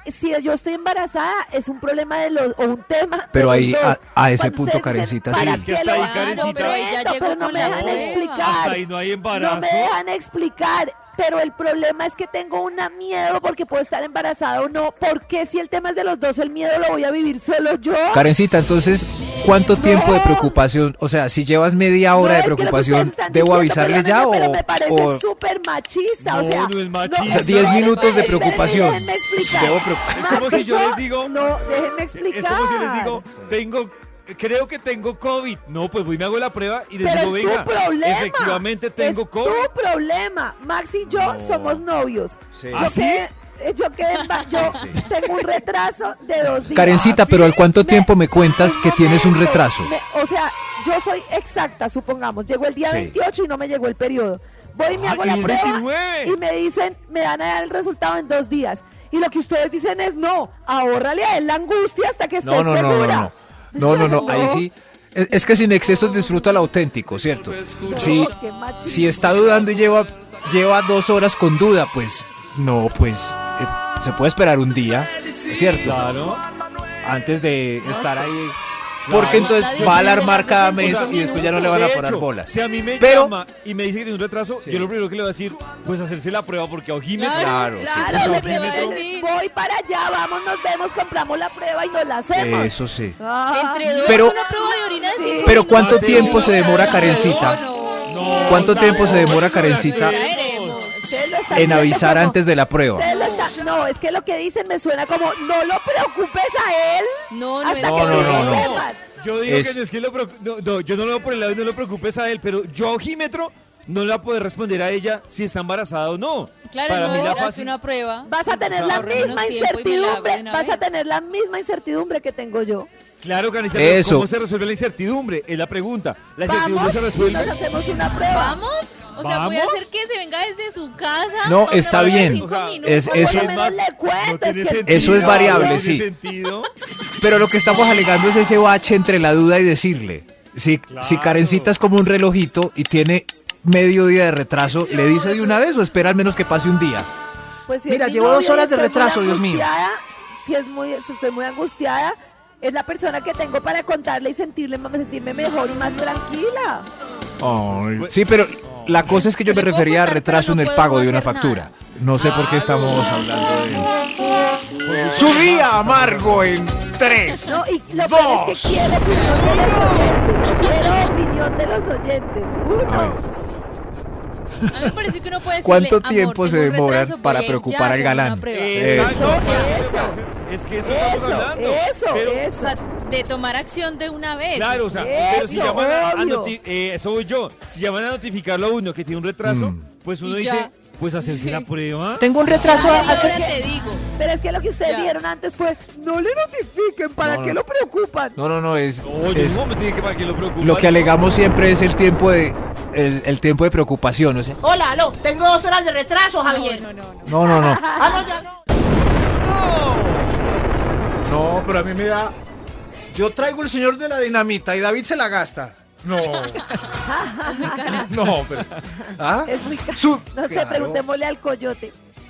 [SPEAKER 4] si yo estoy embarazada, es un problema de los, o un tema.
[SPEAKER 2] Pero
[SPEAKER 4] de
[SPEAKER 2] ahí,
[SPEAKER 4] los
[SPEAKER 2] a,
[SPEAKER 4] dos.
[SPEAKER 2] a ese
[SPEAKER 4] Cuando
[SPEAKER 2] punto,
[SPEAKER 4] ustedes
[SPEAKER 2] Karencita,
[SPEAKER 4] dicen,
[SPEAKER 2] sí.
[SPEAKER 4] ¿para
[SPEAKER 3] Es que
[SPEAKER 4] qué
[SPEAKER 3] hasta
[SPEAKER 4] lo
[SPEAKER 3] ahí,
[SPEAKER 4] hago?
[SPEAKER 3] Karencita.
[SPEAKER 5] Pero ella
[SPEAKER 4] Entiendo,
[SPEAKER 5] llegó
[SPEAKER 4] pero no
[SPEAKER 5] con
[SPEAKER 4] me
[SPEAKER 5] la
[SPEAKER 4] dejan
[SPEAKER 5] prueba.
[SPEAKER 4] explicar.
[SPEAKER 3] Hasta ahí no hay embarazo.
[SPEAKER 4] No me dejan explicar, pero el problema es que tengo un miedo porque puedo estar embarazada o no. ¿Por qué si el tema es de los dos, el miedo lo voy a vivir solo yo?
[SPEAKER 2] Karencita, entonces, ¿cuánto tiempo de
[SPEAKER 4] No.
[SPEAKER 2] preocupación? O sea, si llevas media hora
[SPEAKER 4] No,
[SPEAKER 2] de
[SPEAKER 4] es que lo que
[SPEAKER 2] preocupación,
[SPEAKER 4] ustedes están
[SPEAKER 2] ¿debo
[SPEAKER 4] diciendo,
[SPEAKER 2] avisarle
[SPEAKER 4] perdónenme,
[SPEAKER 2] ya o...?
[SPEAKER 4] Pero me parece
[SPEAKER 2] o-
[SPEAKER 4] súper machista, o
[SPEAKER 3] No,
[SPEAKER 4] sea...
[SPEAKER 3] no es machista.
[SPEAKER 2] O sea, diez minutos de
[SPEAKER 4] espérenme,
[SPEAKER 2] preocupación.
[SPEAKER 4] Déjenme explicar.
[SPEAKER 2] Debo preocup-
[SPEAKER 3] Es como si yo les digo-
[SPEAKER 4] No, déjenme explicar.
[SPEAKER 3] Es como si les digo, tengo, creo que tengo COVID. No, pues voy y me hago la prueba y les
[SPEAKER 4] Pero
[SPEAKER 3] digo,
[SPEAKER 4] es
[SPEAKER 3] venga,
[SPEAKER 4] tu problema.
[SPEAKER 3] efectivamente tengo
[SPEAKER 4] es
[SPEAKER 3] COVID.
[SPEAKER 4] tu problema. Max y yo
[SPEAKER 3] No.
[SPEAKER 4] somos novios.
[SPEAKER 2] Sí.
[SPEAKER 4] Yo
[SPEAKER 3] ¿Ah, sí?
[SPEAKER 4] quedé- eh, Yo, quedé en ba- yo tengo un retraso de dos días.
[SPEAKER 2] Karencita,
[SPEAKER 3] ¿Ah,
[SPEAKER 2] pero
[SPEAKER 3] sí?
[SPEAKER 2] ¿al cuánto tiempo me cuentas
[SPEAKER 4] un
[SPEAKER 2] que tienes un
[SPEAKER 4] momento,
[SPEAKER 2] retraso?
[SPEAKER 4] me- o sea, yo soy exacta, supongamos. Llegó el día
[SPEAKER 2] Sí.
[SPEAKER 4] veintiocho y no me llegó el periodo. Voy y me
[SPEAKER 3] Ah,
[SPEAKER 4] hago
[SPEAKER 3] y
[SPEAKER 4] la
[SPEAKER 3] el
[SPEAKER 4] prueba
[SPEAKER 3] veintinueve.
[SPEAKER 4] y me dicen, me dan a dar el resultado en dos días. Y lo que ustedes dicen es, no, ahórrale a él la angustia hasta que estés
[SPEAKER 2] No, no, no, no,
[SPEAKER 4] segura.
[SPEAKER 2] no. No, no, no, ahí sí. Es, es que sin excesos disfruta lo auténtico, ¿cierto? Si,
[SPEAKER 4] qué machista.
[SPEAKER 2] si está dudando y lleva, lleva dos horas con duda, pues no, pues eh, se puede esperar un día, ¿cierto?
[SPEAKER 3] Claro.
[SPEAKER 2] Antes de estar ahí.
[SPEAKER 3] Claro.
[SPEAKER 2] Porque entonces
[SPEAKER 5] Nadie
[SPEAKER 2] va a
[SPEAKER 5] tiene
[SPEAKER 2] alarmar
[SPEAKER 5] las
[SPEAKER 2] cada
[SPEAKER 5] sesenta
[SPEAKER 2] mes y después ya no le van a
[SPEAKER 3] De
[SPEAKER 2] parar
[SPEAKER 3] hecho,
[SPEAKER 2] bolas.
[SPEAKER 3] Si a mí me
[SPEAKER 2] Pero-
[SPEAKER 3] llama y me dice que tiene un retraso,
[SPEAKER 2] Sí.
[SPEAKER 3] yo lo primero que le voy a decir, pues hacerse la prueba porque a ojímetro.
[SPEAKER 2] Claro,
[SPEAKER 5] es que
[SPEAKER 4] Claro,
[SPEAKER 5] eso
[SPEAKER 4] le
[SPEAKER 5] es lo que va a
[SPEAKER 4] pregunto,
[SPEAKER 5] decir.
[SPEAKER 4] voy para allá, vamos, nos vemos, compramos la prueba y nos la hacemos.
[SPEAKER 2] Eso sí.
[SPEAKER 4] Ah,
[SPEAKER 5] Entre dos,
[SPEAKER 2] Pero-
[SPEAKER 5] una prueba de orina de
[SPEAKER 4] Sí.
[SPEAKER 5] cinco
[SPEAKER 2] Pero ¿cuánto
[SPEAKER 5] minutos.
[SPEAKER 2] tiempo se demora,
[SPEAKER 5] No,
[SPEAKER 2] Karencita?
[SPEAKER 5] no,
[SPEAKER 3] No,
[SPEAKER 2] ¿Cuánto
[SPEAKER 3] no,
[SPEAKER 2] tiempo se
[SPEAKER 3] no,
[SPEAKER 2] demora,
[SPEAKER 3] no,
[SPEAKER 2] Karencita,
[SPEAKER 3] no,
[SPEAKER 5] Esperemos.
[SPEAKER 4] ustedes lo están
[SPEAKER 2] en
[SPEAKER 4] viendo
[SPEAKER 2] avisar
[SPEAKER 4] como-
[SPEAKER 2] antes de la prueba?
[SPEAKER 4] ustedes lo están- no, es que lo que dicen me suena como, no lo preocupes a él
[SPEAKER 5] No, no,
[SPEAKER 4] hasta
[SPEAKER 5] es
[SPEAKER 2] No,
[SPEAKER 4] que
[SPEAKER 2] no,
[SPEAKER 4] tú
[SPEAKER 2] no,
[SPEAKER 4] lo
[SPEAKER 2] no.
[SPEAKER 4] sepas.
[SPEAKER 3] Yo digo
[SPEAKER 2] Es-
[SPEAKER 3] que no es que lo preocu- no, no, yo no lo veo por el lado y no lo preocupes a él, pero yo a ojímetro no le voy a poder responder a ella si está embarazada o no.
[SPEAKER 5] Claro,
[SPEAKER 3] Para
[SPEAKER 5] no
[SPEAKER 3] mí la
[SPEAKER 5] hace
[SPEAKER 3] fácil.
[SPEAKER 5] una prueba.
[SPEAKER 4] Vas a tener la
[SPEAKER 5] Ahorrémonos
[SPEAKER 4] misma
[SPEAKER 5] tiempo y me la hago de
[SPEAKER 4] incertidumbre,
[SPEAKER 5] una
[SPEAKER 4] vas a
[SPEAKER 5] vez.
[SPEAKER 4] tener la misma incertidumbre que tengo yo.
[SPEAKER 3] Claro, Karencita, pero
[SPEAKER 2] Eso.
[SPEAKER 3] ¿cómo se resuelve la incertidumbre? Es la pregunta. La incertidumbre
[SPEAKER 4] Vamos
[SPEAKER 3] se
[SPEAKER 4] y
[SPEAKER 3] resuelve.
[SPEAKER 4] nos hacemos una prueba.
[SPEAKER 5] ¿Vamos? O sea, voy a
[SPEAKER 3] ¿Vamos?
[SPEAKER 5] hacer que se venga desde su casa.
[SPEAKER 2] No,
[SPEAKER 5] a una
[SPEAKER 2] está
[SPEAKER 5] prueba de
[SPEAKER 2] bien.
[SPEAKER 5] cinco
[SPEAKER 3] O sea,
[SPEAKER 5] minutos.
[SPEAKER 2] es-
[SPEAKER 4] O por
[SPEAKER 2] eso-
[SPEAKER 4] lo menos le cuento,
[SPEAKER 3] No
[SPEAKER 4] es
[SPEAKER 3] tiene
[SPEAKER 4] que
[SPEAKER 3] sentido.
[SPEAKER 2] Eso es variable,
[SPEAKER 3] no
[SPEAKER 2] sí.
[SPEAKER 3] tiene sentido.
[SPEAKER 2] Pero lo que estamos alegando es ese bache entre la duda y decirle. Si, si
[SPEAKER 3] Claro.
[SPEAKER 2] Karencita es como un relojito y tiene medio día de retraso, ¿le dice de una vez o espera al menos que pase un día?
[SPEAKER 4] Pues si
[SPEAKER 2] Mira,
[SPEAKER 4] es mi
[SPEAKER 2] llevo dos
[SPEAKER 4] novio y
[SPEAKER 2] horas de
[SPEAKER 4] estoy muy
[SPEAKER 2] retraso, Dios mío.
[SPEAKER 4] angustiada, Si es muy, si estoy muy angustiada, es la persona que tengo para contarle y sentirle, sentirme mejor y más tranquila.
[SPEAKER 2] Sí, pero la cosa es que yo
[SPEAKER 5] Yo
[SPEAKER 2] me
[SPEAKER 5] le puedo
[SPEAKER 2] refería a
[SPEAKER 5] contar,
[SPEAKER 2] retraso
[SPEAKER 5] pero
[SPEAKER 2] en
[SPEAKER 5] no
[SPEAKER 2] el
[SPEAKER 5] puedo
[SPEAKER 2] pago de
[SPEAKER 5] no
[SPEAKER 2] una
[SPEAKER 5] hacer
[SPEAKER 2] factura.
[SPEAKER 5] nada.
[SPEAKER 2] No sé por qué
[SPEAKER 3] Ah,
[SPEAKER 2] estamos
[SPEAKER 3] no.
[SPEAKER 2] hablando de...
[SPEAKER 6] Su día amargo en tres.
[SPEAKER 4] No, y lo peor es que quiero opinión de los oyentes. Quiero opinión de los oyentes. Uno.
[SPEAKER 5] A mí me parece que uno puede decirle,
[SPEAKER 2] ¿Cuánto
[SPEAKER 5] "Amor,
[SPEAKER 2] tiempo se
[SPEAKER 5] tengo un
[SPEAKER 2] demoran
[SPEAKER 5] retraso,
[SPEAKER 2] para
[SPEAKER 5] voy a ir
[SPEAKER 2] preocupar
[SPEAKER 5] ya a
[SPEAKER 2] al
[SPEAKER 5] hacer
[SPEAKER 2] galán?
[SPEAKER 5] una prueba".
[SPEAKER 3] Exacto.
[SPEAKER 4] Eso.
[SPEAKER 3] Es que eso estamos
[SPEAKER 4] Eso,
[SPEAKER 3] hablando.
[SPEAKER 4] eso,
[SPEAKER 3] Pero-
[SPEAKER 5] O
[SPEAKER 4] eso.
[SPEAKER 5] sea, de tomar acción de una vez.
[SPEAKER 3] Claro, o sea, pero si
[SPEAKER 4] Eso,
[SPEAKER 3] llaman a, a
[SPEAKER 4] obvio.
[SPEAKER 3] noti- eh, eso voy yo. Si llaman a notificarlo a uno que tiene un retraso,
[SPEAKER 2] Mm.
[SPEAKER 3] pues uno
[SPEAKER 5] Y
[SPEAKER 3] dice,
[SPEAKER 5] ya.
[SPEAKER 3] pues hacerse la prueba.
[SPEAKER 2] Tengo un retraso
[SPEAKER 5] Ay,
[SPEAKER 2] hace...
[SPEAKER 5] ahora te digo.
[SPEAKER 4] Pero es que lo que ustedes
[SPEAKER 5] Ya.
[SPEAKER 4] dijeron antes fue, no le notifiquen, ¿para
[SPEAKER 2] No,
[SPEAKER 4] qué
[SPEAKER 2] no.
[SPEAKER 4] lo preocupan?
[SPEAKER 2] No, no, no, es...
[SPEAKER 3] Oye,
[SPEAKER 2] es-
[SPEAKER 3] no me tiene que para que lo preocupa.
[SPEAKER 2] lo que alegamos siempre es el tiempo de... El, el tiempo de preocupación, ¿no sé?
[SPEAKER 8] Hola, aló, tengo dos horas de retraso, Javier.
[SPEAKER 5] No, no, no.
[SPEAKER 2] No, no, no.
[SPEAKER 8] Ah, no, ya no.
[SPEAKER 6] No, pero a mí me da. Yo traigo el señor de la dinamita y David se la gasta. No. No, pero.
[SPEAKER 2] ¿Ah?
[SPEAKER 4] Es muy caro.
[SPEAKER 2] Su-
[SPEAKER 4] No sé,
[SPEAKER 2] Claro.
[SPEAKER 4] preguntémosle al coyote.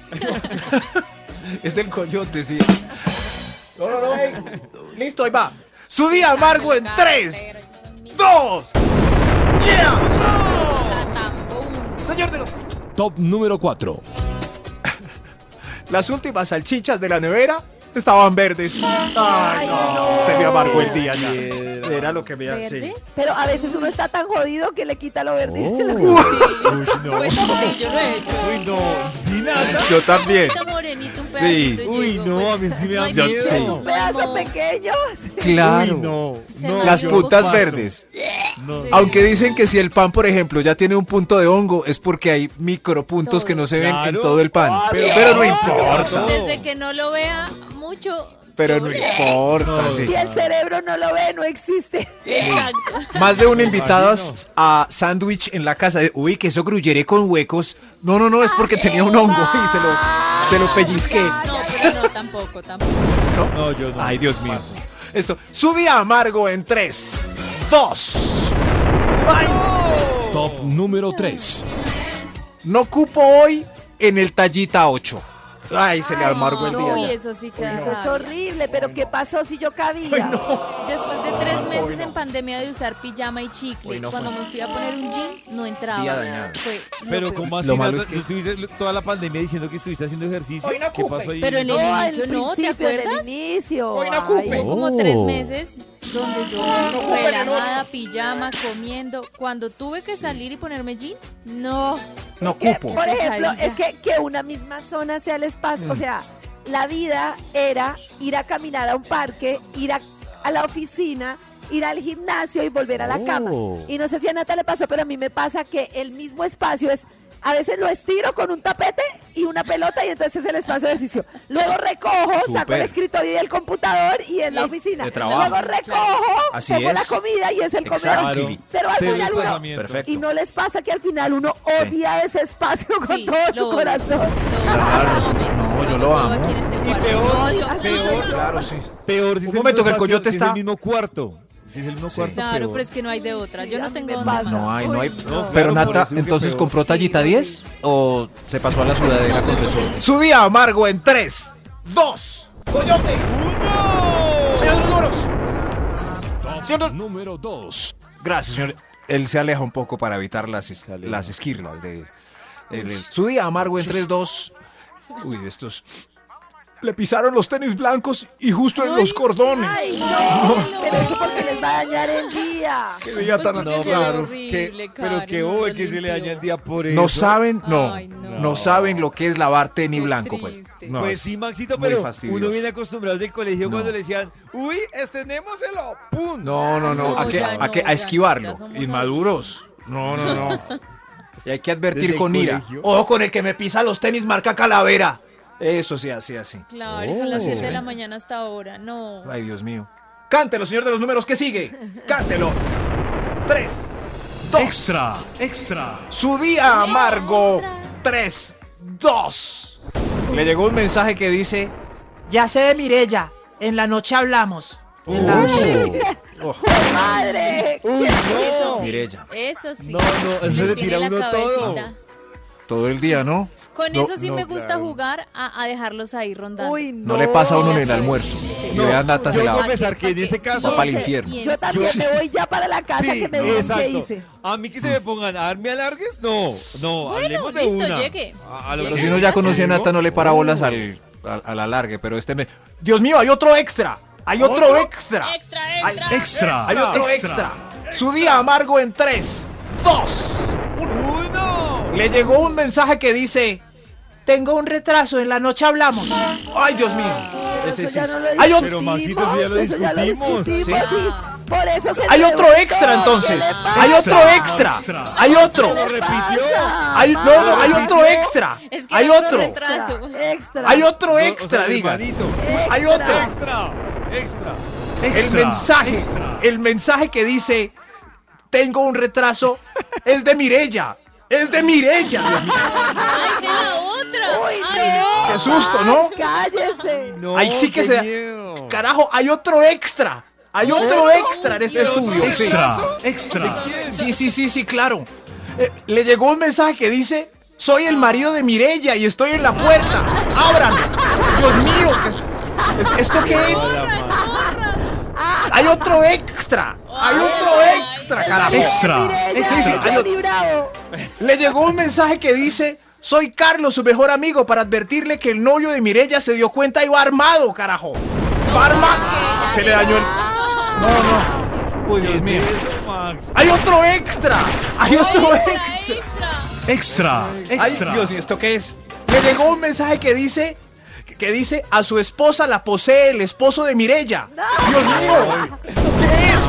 [SPEAKER 2] Es del coyote, sí.
[SPEAKER 6] No, no, no. ey. Listo, ahí va. Su día amargo en tres, dos. ¡Yeah! Señor de los.
[SPEAKER 7] Top número cuatro.
[SPEAKER 2] Las últimas salchichas de la nevera estaban verdes.
[SPEAKER 6] Ay, no. Se me amargó el día ya. Era lo que me
[SPEAKER 5] ¿Verdes?
[SPEAKER 6] sí.
[SPEAKER 4] Pero a veces uno está tan jodido que le quita lo verde. y se lo-
[SPEAKER 3] Uy, no.
[SPEAKER 5] Pues sí, yo lo he hecho.
[SPEAKER 3] Uy, no. Sin nada.
[SPEAKER 2] Yo también.
[SPEAKER 5] Un morenito, un
[SPEAKER 2] Sí.
[SPEAKER 5] pedacito y
[SPEAKER 3] Uy,
[SPEAKER 5] digo,
[SPEAKER 3] no,
[SPEAKER 5] pues,
[SPEAKER 3] a mí sí me
[SPEAKER 5] no
[SPEAKER 3] da
[SPEAKER 5] hay
[SPEAKER 2] Yo-
[SPEAKER 5] miedo,
[SPEAKER 2] sí.
[SPEAKER 5] no
[SPEAKER 4] Un pedazo
[SPEAKER 5] hay modo.
[SPEAKER 4] pequeño.
[SPEAKER 2] Claro.
[SPEAKER 3] Uy, no.
[SPEAKER 5] Se
[SPEAKER 3] no,
[SPEAKER 5] me
[SPEAKER 2] Las
[SPEAKER 3] yo
[SPEAKER 2] puntas
[SPEAKER 3] paso.
[SPEAKER 2] verdes.
[SPEAKER 3] No.
[SPEAKER 5] Sí.
[SPEAKER 2] Aunque dicen que si el pan, por ejemplo, ya tiene un punto de hongo, es porque hay micropuntos
[SPEAKER 5] Todo.
[SPEAKER 2] que no se ven en
[SPEAKER 3] Claro.
[SPEAKER 2] todo el pan.
[SPEAKER 4] Obvio.
[SPEAKER 2] Pero no importa.
[SPEAKER 3] Todo.
[SPEAKER 5] Desde que no lo vea mucho.
[SPEAKER 2] Pero
[SPEAKER 5] yo
[SPEAKER 2] no
[SPEAKER 5] le-
[SPEAKER 2] importa,
[SPEAKER 3] No.
[SPEAKER 2] sí.
[SPEAKER 4] Si el cerebro no lo ve, no existe.
[SPEAKER 5] Exacto.
[SPEAKER 2] Más de un invitado
[SPEAKER 3] Imagino.
[SPEAKER 2] a sándwich en la casa. de, Uy, que eso gruyere con huecos. No, no, no, es porque tenía un hongo y se lo, se lo pellizqué.
[SPEAKER 5] No, pero no, tampoco, tampoco.
[SPEAKER 3] No, yo no.
[SPEAKER 2] Ay, Dios mío.
[SPEAKER 3] Paso.
[SPEAKER 2] Eso.
[SPEAKER 6] Su día amargo en tres, dos. Ay,
[SPEAKER 7] Top número tres.
[SPEAKER 2] No cupo hoy en el tallita ocho. Ay, se le amargó el
[SPEAKER 4] no.
[SPEAKER 5] Uy,
[SPEAKER 2] día.
[SPEAKER 5] eso sí queda
[SPEAKER 4] Eso es
[SPEAKER 5] rabia.
[SPEAKER 4] horrible, pero ¿qué pasó si yo cabía?
[SPEAKER 5] Después de tres meses
[SPEAKER 2] Uy, no.
[SPEAKER 5] en pandemia de usar pijama y chicle,
[SPEAKER 2] Uy, no,
[SPEAKER 5] cuando
[SPEAKER 2] fue-
[SPEAKER 5] me fui a poner un jean, no entraba.
[SPEAKER 2] Día dañado.
[SPEAKER 5] Fue lo
[SPEAKER 3] Pero
[SPEAKER 5] peor.
[SPEAKER 3] como así,
[SPEAKER 2] Lo malo
[SPEAKER 3] Nata?
[SPEAKER 2] es que-
[SPEAKER 3] ¿Tú estuviste toda la pandemia diciendo que estuviste haciendo ejercicio?
[SPEAKER 6] Hoy no
[SPEAKER 3] ¿Qué
[SPEAKER 6] ocupe.
[SPEAKER 3] pasó ahí?
[SPEAKER 5] Pero en el
[SPEAKER 4] No,
[SPEAKER 5] inicio
[SPEAKER 4] al
[SPEAKER 5] no, ¿te
[SPEAKER 4] principio, en
[SPEAKER 5] acuerdas?
[SPEAKER 4] el inicio.
[SPEAKER 6] Hoy no
[SPEAKER 4] Ay,
[SPEAKER 6] ocupe.
[SPEAKER 5] Hubo como
[SPEAKER 3] Oh.
[SPEAKER 5] tres meses donde yo
[SPEAKER 6] ocupen el
[SPEAKER 5] relajada,
[SPEAKER 6] ocho.
[SPEAKER 5] pijama, comiendo. Cuando tuve que salir y ponerme jean, no.
[SPEAKER 2] No
[SPEAKER 4] que,
[SPEAKER 2] cupo.
[SPEAKER 4] por ejemplo,
[SPEAKER 5] Pesadilla.
[SPEAKER 4] es que, que una misma zona sea el espacio, o sea, la vida era ir a caminar a un parque, ir a, a la oficina, ir al gimnasio y volver a la cama.
[SPEAKER 3] Oh.
[SPEAKER 4] Y no sé si a Nata le pasó, pero a mí me pasa que el mismo espacio es, a veces lo estiro con un tapete y una pelota y entonces es el espacio de ejercicio. Luego recojo, saco
[SPEAKER 2] Súper.
[SPEAKER 4] el escritorio y el computador y es la
[SPEAKER 5] De-
[SPEAKER 4] oficina.
[SPEAKER 2] de trabajo.
[SPEAKER 4] Luego recojo,
[SPEAKER 2] Así
[SPEAKER 4] pongo
[SPEAKER 2] es.
[SPEAKER 4] la comida y es el
[SPEAKER 2] Exacto.
[SPEAKER 4] comedor.
[SPEAKER 2] Kili.
[SPEAKER 4] Pero al
[SPEAKER 3] Cero
[SPEAKER 4] final uno,
[SPEAKER 3] desplazamiento.
[SPEAKER 2] Perfecto.
[SPEAKER 4] y no les pasa que al final uno odia ese espacio con
[SPEAKER 5] Sí,
[SPEAKER 4] todo
[SPEAKER 5] lo
[SPEAKER 4] su
[SPEAKER 5] odio.
[SPEAKER 4] corazón.
[SPEAKER 5] Lo odio
[SPEAKER 2] Claro,
[SPEAKER 5] en este momento,
[SPEAKER 2] no, yo
[SPEAKER 5] cuando
[SPEAKER 2] lo
[SPEAKER 5] todo
[SPEAKER 2] amo.
[SPEAKER 5] aquí en este
[SPEAKER 3] Y
[SPEAKER 5] cuarto.
[SPEAKER 3] peor,
[SPEAKER 5] Lo odio.
[SPEAKER 3] peor,
[SPEAKER 2] Claro, sí.
[SPEAKER 3] peor si
[SPEAKER 2] Un
[SPEAKER 3] es el
[SPEAKER 2] momento
[SPEAKER 3] mismo
[SPEAKER 2] que el
[SPEAKER 3] espacio,
[SPEAKER 2] coyote
[SPEAKER 3] si
[SPEAKER 2] está-
[SPEAKER 3] es el mismo cuarto. Si es el mismo
[SPEAKER 2] Sí.
[SPEAKER 3] cuarto,
[SPEAKER 5] Claro,
[SPEAKER 3] peor.
[SPEAKER 5] pero es que no hay de otra. Yo
[SPEAKER 4] Sí, a
[SPEAKER 5] no
[SPEAKER 4] mí
[SPEAKER 5] tengo
[SPEAKER 4] me
[SPEAKER 5] dónde
[SPEAKER 4] pasa.
[SPEAKER 5] más.
[SPEAKER 2] No hay, no hay.
[SPEAKER 4] Uy,
[SPEAKER 3] no.
[SPEAKER 2] Pero
[SPEAKER 3] Claro, por
[SPEAKER 2] Nata,
[SPEAKER 3] eso es que
[SPEAKER 2] entonces
[SPEAKER 3] peor.
[SPEAKER 2] compró tallita
[SPEAKER 5] Sí,
[SPEAKER 2] diez o se pasó a la sudadera
[SPEAKER 5] No,
[SPEAKER 2] con
[SPEAKER 5] pues,
[SPEAKER 2] desorden.
[SPEAKER 6] Su día amargo en tres, dos, Coyote. Señor de los números.
[SPEAKER 7] Top número dos.
[SPEAKER 2] Gracias, señor. Él se aleja un poco para evitar las, es-
[SPEAKER 3] aleja.
[SPEAKER 2] las esquirlas de, de- de- su día amargo en tres dos. Uy, de estos. Le pisaron los tenis blancos y justo en los cordones.
[SPEAKER 4] Ay, no, pero eso porque les va a dañar el día.
[SPEAKER 2] Qué día
[SPEAKER 5] Pues
[SPEAKER 2] tan
[SPEAKER 5] porque
[SPEAKER 3] No,
[SPEAKER 5] se ve
[SPEAKER 2] raro.
[SPEAKER 5] horrible,
[SPEAKER 3] Que- pero
[SPEAKER 5] Karen,
[SPEAKER 3] que
[SPEAKER 5] no
[SPEAKER 3] hoy
[SPEAKER 5] lo
[SPEAKER 3] que se le
[SPEAKER 5] limpio.
[SPEAKER 3] daña el día por eso.
[SPEAKER 2] No saben, no,
[SPEAKER 5] Ay, no.
[SPEAKER 2] no saben lo que es lavar tenis
[SPEAKER 5] Qué
[SPEAKER 2] blanco, pues.
[SPEAKER 5] triste.
[SPEAKER 2] No,
[SPEAKER 3] Pues
[SPEAKER 2] es
[SPEAKER 3] sí, Maxito,
[SPEAKER 2] muy
[SPEAKER 3] pero
[SPEAKER 2] fastidioso.
[SPEAKER 3] uno viene acostumbrado del colegio
[SPEAKER 2] No.
[SPEAKER 3] cuando le decían, uy, estrenémoselo, ¡pum!
[SPEAKER 2] No, no, no,
[SPEAKER 5] No,
[SPEAKER 2] a, que,
[SPEAKER 5] ya
[SPEAKER 2] a,
[SPEAKER 5] no,
[SPEAKER 2] que- a
[SPEAKER 5] ya no,
[SPEAKER 2] esquivarlo.
[SPEAKER 5] ya somos
[SPEAKER 2] Inmaduros. No, no, no. Y hay que advertir
[SPEAKER 3] Desde el
[SPEAKER 2] con ira.
[SPEAKER 3] colegio.
[SPEAKER 2] Ojo con el que me pisa los tenis marca calavera. Eso sí, así, así.
[SPEAKER 5] Claro, y son las
[SPEAKER 3] Oh.
[SPEAKER 5] siete
[SPEAKER 2] Sí,
[SPEAKER 5] de
[SPEAKER 2] sí.
[SPEAKER 5] la mañana hasta ahora. No.
[SPEAKER 2] Ay, Dios mío.
[SPEAKER 6] Cántelo, señor de los números. ¿Qué sigue? Cántelo. Tres, dos.
[SPEAKER 7] Extra, extra.
[SPEAKER 2] Su día amargo. tres, dos. Le llegó un mensaje que dice:
[SPEAKER 8] Ya sé de Mirella. En la noche hablamos. En la-
[SPEAKER 2] oh,
[SPEAKER 4] ¡Madre!
[SPEAKER 3] ¡Uy,
[SPEAKER 5] Eso
[SPEAKER 3] no!
[SPEAKER 5] sí.
[SPEAKER 2] Mirella.
[SPEAKER 5] Eso sí.
[SPEAKER 3] No, no, eso
[SPEAKER 5] Les
[SPEAKER 3] se le
[SPEAKER 5] tiene
[SPEAKER 3] tira a
[SPEAKER 5] la
[SPEAKER 3] uno todo.
[SPEAKER 5] cabecita.
[SPEAKER 2] todo el día, ¿no?
[SPEAKER 5] Con
[SPEAKER 2] No,
[SPEAKER 5] eso sí
[SPEAKER 2] no,
[SPEAKER 5] me gusta
[SPEAKER 3] claro.
[SPEAKER 5] jugar a, a dejarlos ahí rondando.
[SPEAKER 4] Uy, no.
[SPEAKER 2] No le pasa a uno en
[SPEAKER 5] Sí,
[SPEAKER 2] el
[SPEAKER 5] sí.
[SPEAKER 2] almuerzo.
[SPEAKER 5] Sí.
[SPEAKER 2] Y
[SPEAKER 3] No,
[SPEAKER 2] vean, Nata se
[SPEAKER 3] yo
[SPEAKER 2] la
[SPEAKER 3] voy a
[SPEAKER 2] va.
[SPEAKER 3] pensar que en ese caso...
[SPEAKER 2] Va para el
[SPEAKER 5] Piense,
[SPEAKER 2] infierno.
[SPEAKER 5] piense.
[SPEAKER 4] Yo también
[SPEAKER 3] Yo-
[SPEAKER 4] me voy ya para la casa
[SPEAKER 3] Sí,
[SPEAKER 4] que me digan qué
[SPEAKER 3] exacto.
[SPEAKER 4] hice.
[SPEAKER 3] A mí que se me pongan a darme alargues, no, no,
[SPEAKER 5] Bueno,
[SPEAKER 3] hablemos de
[SPEAKER 5] listo,
[SPEAKER 3] una.
[SPEAKER 5] llegue.
[SPEAKER 3] A- a lo
[SPEAKER 5] Llegue.
[SPEAKER 2] Pero
[SPEAKER 3] que
[SPEAKER 2] si uno ya
[SPEAKER 3] yo
[SPEAKER 2] conocía a
[SPEAKER 3] digo.
[SPEAKER 2] Nata, no le para bolas al, al, al alargue, pero este me...
[SPEAKER 6] Dios mío, hay otro extra. Hay otro extra.
[SPEAKER 5] Extra,
[SPEAKER 6] Hay,
[SPEAKER 5] extra.
[SPEAKER 7] Extra.
[SPEAKER 6] hay otro extra. Su día amargo en tres, dos.
[SPEAKER 3] ¡Uno!
[SPEAKER 6] Le llegó un mensaje que dice:
[SPEAKER 8] Tengo un retraso. En la noche hablamos.
[SPEAKER 6] Ay, Dios mío.
[SPEAKER 4] Eso
[SPEAKER 6] Ese sí
[SPEAKER 4] ya
[SPEAKER 6] es-
[SPEAKER 4] no lo
[SPEAKER 6] Hay, otro,
[SPEAKER 3] Pero, Maxito, eso ya lo
[SPEAKER 4] eso ya lo
[SPEAKER 3] discutimos.
[SPEAKER 4] discutimos,
[SPEAKER 6] Sí.
[SPEAKER 4] sí. Por eso se
[SPEAKER 6] hay
[SPEAKER 4] le
[SPEAKER 6] otro
[SPEAKER 4] preguntó,
[SPEAKER 6] extra
[SPEAKER 4] ¿qué
[SPEAKER 6] entonces.
[SPEAKER 4] le pasa?
[SPEAKER 6] Hay otro extra.
[SPEAKER 7] Extra.
[SPEAKER 6] Hay otro.
[SPEAKER 3] ¿Lo repitió?
[SPEAKER 6] Hay, no, no, hay otro extra.
[SPEAKER 5] Es que
[SPEAKER 6] Hay
[SPEAKER 5] era otro
[SPEAKER 6] otro.
[SPEAKER 5] retraso.
[SPEAKER 4] Extra, extra.
[SPEAKER 6] Hay otro
[SPEAKER 3] No, o
[SPEAKER 6] extra,
[SPEAKER 3] sea,
[SPEAKER 6] diga.
[SPEAKER 3] hermanito.
[SPEAKER 6] Hay otro.
[SPEAKER 3] Extra, extra.
[SPEAKER 6] El
[SPEAKER 7] Extra.
[SPEAKER 6] mensaje,
[SPEAKER 7] Extra.
[SPEAKER 6] el mensaje que dice: tengo un retraso, es de Mirella. Es de Mirella.
[SPEAKER 5] ¡Ay, de la otra!
[SPEAKER 4] Uy,
[SPEAKER 5] ¡Ay, no!
[SPEAKER 6] Qué susto, ¿no?
[SPEAKER 4] Cállese.
[SPEAKER 3] No,
[SPEAKER 6] Ahí sí que
[SPEAKER 3] qué
[SPEAKER 6] se da-
[SPEAKER 3] miedo.
[SPEAKER 6] Carajo, hay otro extra. Hay otro extra en este
[SPEAKER 5] Dios.
[SPEAKER 6] estudio. sí.
[SPEAKER 7] Extra, extra.
[SPEAKER 6] Sí, sí, sí, sí, claro. Eh, le llegó un mensaje que dice: soy el marido de Mirella y estoy en la puerta. ¡Ábranme! Dios mío, ¿qué es, es- ¿esto qué es? Hay otro extra. Hay otro extra, carajo.
[SPEAKER 7] Extra,
[SPEAKER 4] Mireya,
[SPEAKER 6] Sí, sí, hay
[SPEAKER 4] Johnny
[SPEAKER 6] otro-
[SPEAKER 4] Bravo.
[SPEAKER 6] Le llegó un mensaje que dice: soy Carlos, su mejor amigo, para advertirle que el novio de Mirella se dio cuenta y va armado, carajo. Va armado. Se le dañó el... No, no. Uy, Dios mío.
[SPEAKER 3] Eso, Max.
[SPEAKER 6] Hay otro extra. Hay otro
[SPEAKER 5] Extra,
[SPEAKER 6] extra.
[SPEAKER 5] extra.
[SPEAKER 7] Extra,
[SPEAKER 6] Ay,
[SPEAKER 7] extra.
[SPEAKER 6] Dios mío, ¿esto qué es? Le llegó un mensaje que dice... Que dice: a su esposa la posee el esposo de Mirella. Dios mío. ¿Esto qué es?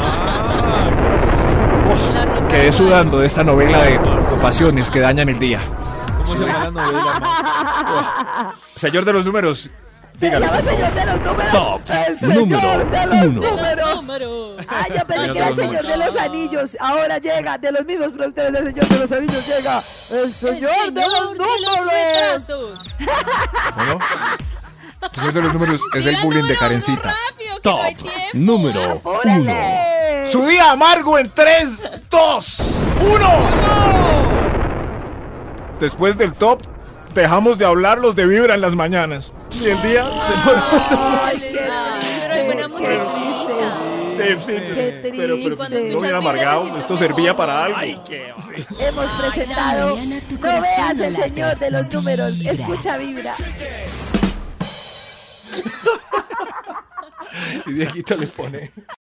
[SPEAKER 5] La rosa
[SPEAKER 2] Quedé
[SPEAKER 5] de
[SPEAKER 2] sudando de esta novela de ocupaciones que dañan el día.
[SPEAKER 3] ¿Cómo se llama la novela, Max?
[SPEAKER 2] Señor de los números,
[SPEAKER 4] Se llama señor de los números.
[SPEAKER 7] Top
[SPEAKER 4] El señor
[SPEAKER 7] número
[SPEAKER 4] de los
[SPEAKER 7] uno.
[SPEAKER 4] números.
[SPEAKER 5] número.
[SPEAKER 4] Ah, yo pensé
[SPEAKER 2] Señor
[SPEAKER 4] que era el
[SPEAKER 2] de los
[SPEAKER 4] señor de los anillos. Ahora llega, de los mismos productores del señor de los anillos, llega el señor, de los números.
[SPEAKER 5] retrasos.
[SPEAKER 2] ¿no? Señor de los números es el
[SPEAKER 5] Diga
[SPEAKER 2] bullying de
[SPEAKER 5] número uno
[SPEAKER 2] Karencita.
[SPEAKER 5] rápido, que no hay
[SPEAKER 7] Top
[SPEAKER 5] tiempo.
[SPEAKER 7] número uno.
[SPEAKER 4] ¡Apúrale!
[SPEAKER 6] Su día amargo en tres, dos, uno.
[SPEAKER 2] Después del top, dejamos de hablar los de Vibra en las mañanas. Y el día...
[SPEAKER 5] Ay, pero hay buena musiquita.
[SPEAKER 2] Sí, sí,
[SPEAKER 4] Qué
[SPEAKER 2] pero, pero,
[SPEAKER 4] triste.
[SPEAKER 2] pero
[SPEAKER 5] Cuando
[SPEAKER 2] no
[SPEAKER 5] escuchas
[SPEAKER 2] bien
[SPEAKER 5] Vibra
[SPEAKER 2] amargado.
[SPEAKER 5] te
[SPEAKER 2] Esto
[SPEAKER 5] sientes
[SPEAKER 2] servía
[SPEAKER 5] mejor.
[SPEAKER 2] para algo.
[SPEAKER 4] Hemos presentado
[SPEAKER 1] mañana tu
[SPEAKER 4] No
[SPEAKER 1] corazón
[SPEAKER 4] veas
[SPEAKER 1] no
[SPEAKER 4] el
[SPEAKER 1] late.
[SPEAKER 4] señor de los números,
[SPEAKER 1] Vibra.
[SPEAKER 4] escucha Vibra.
[SPEAKER 2] Y Dieguito le pone...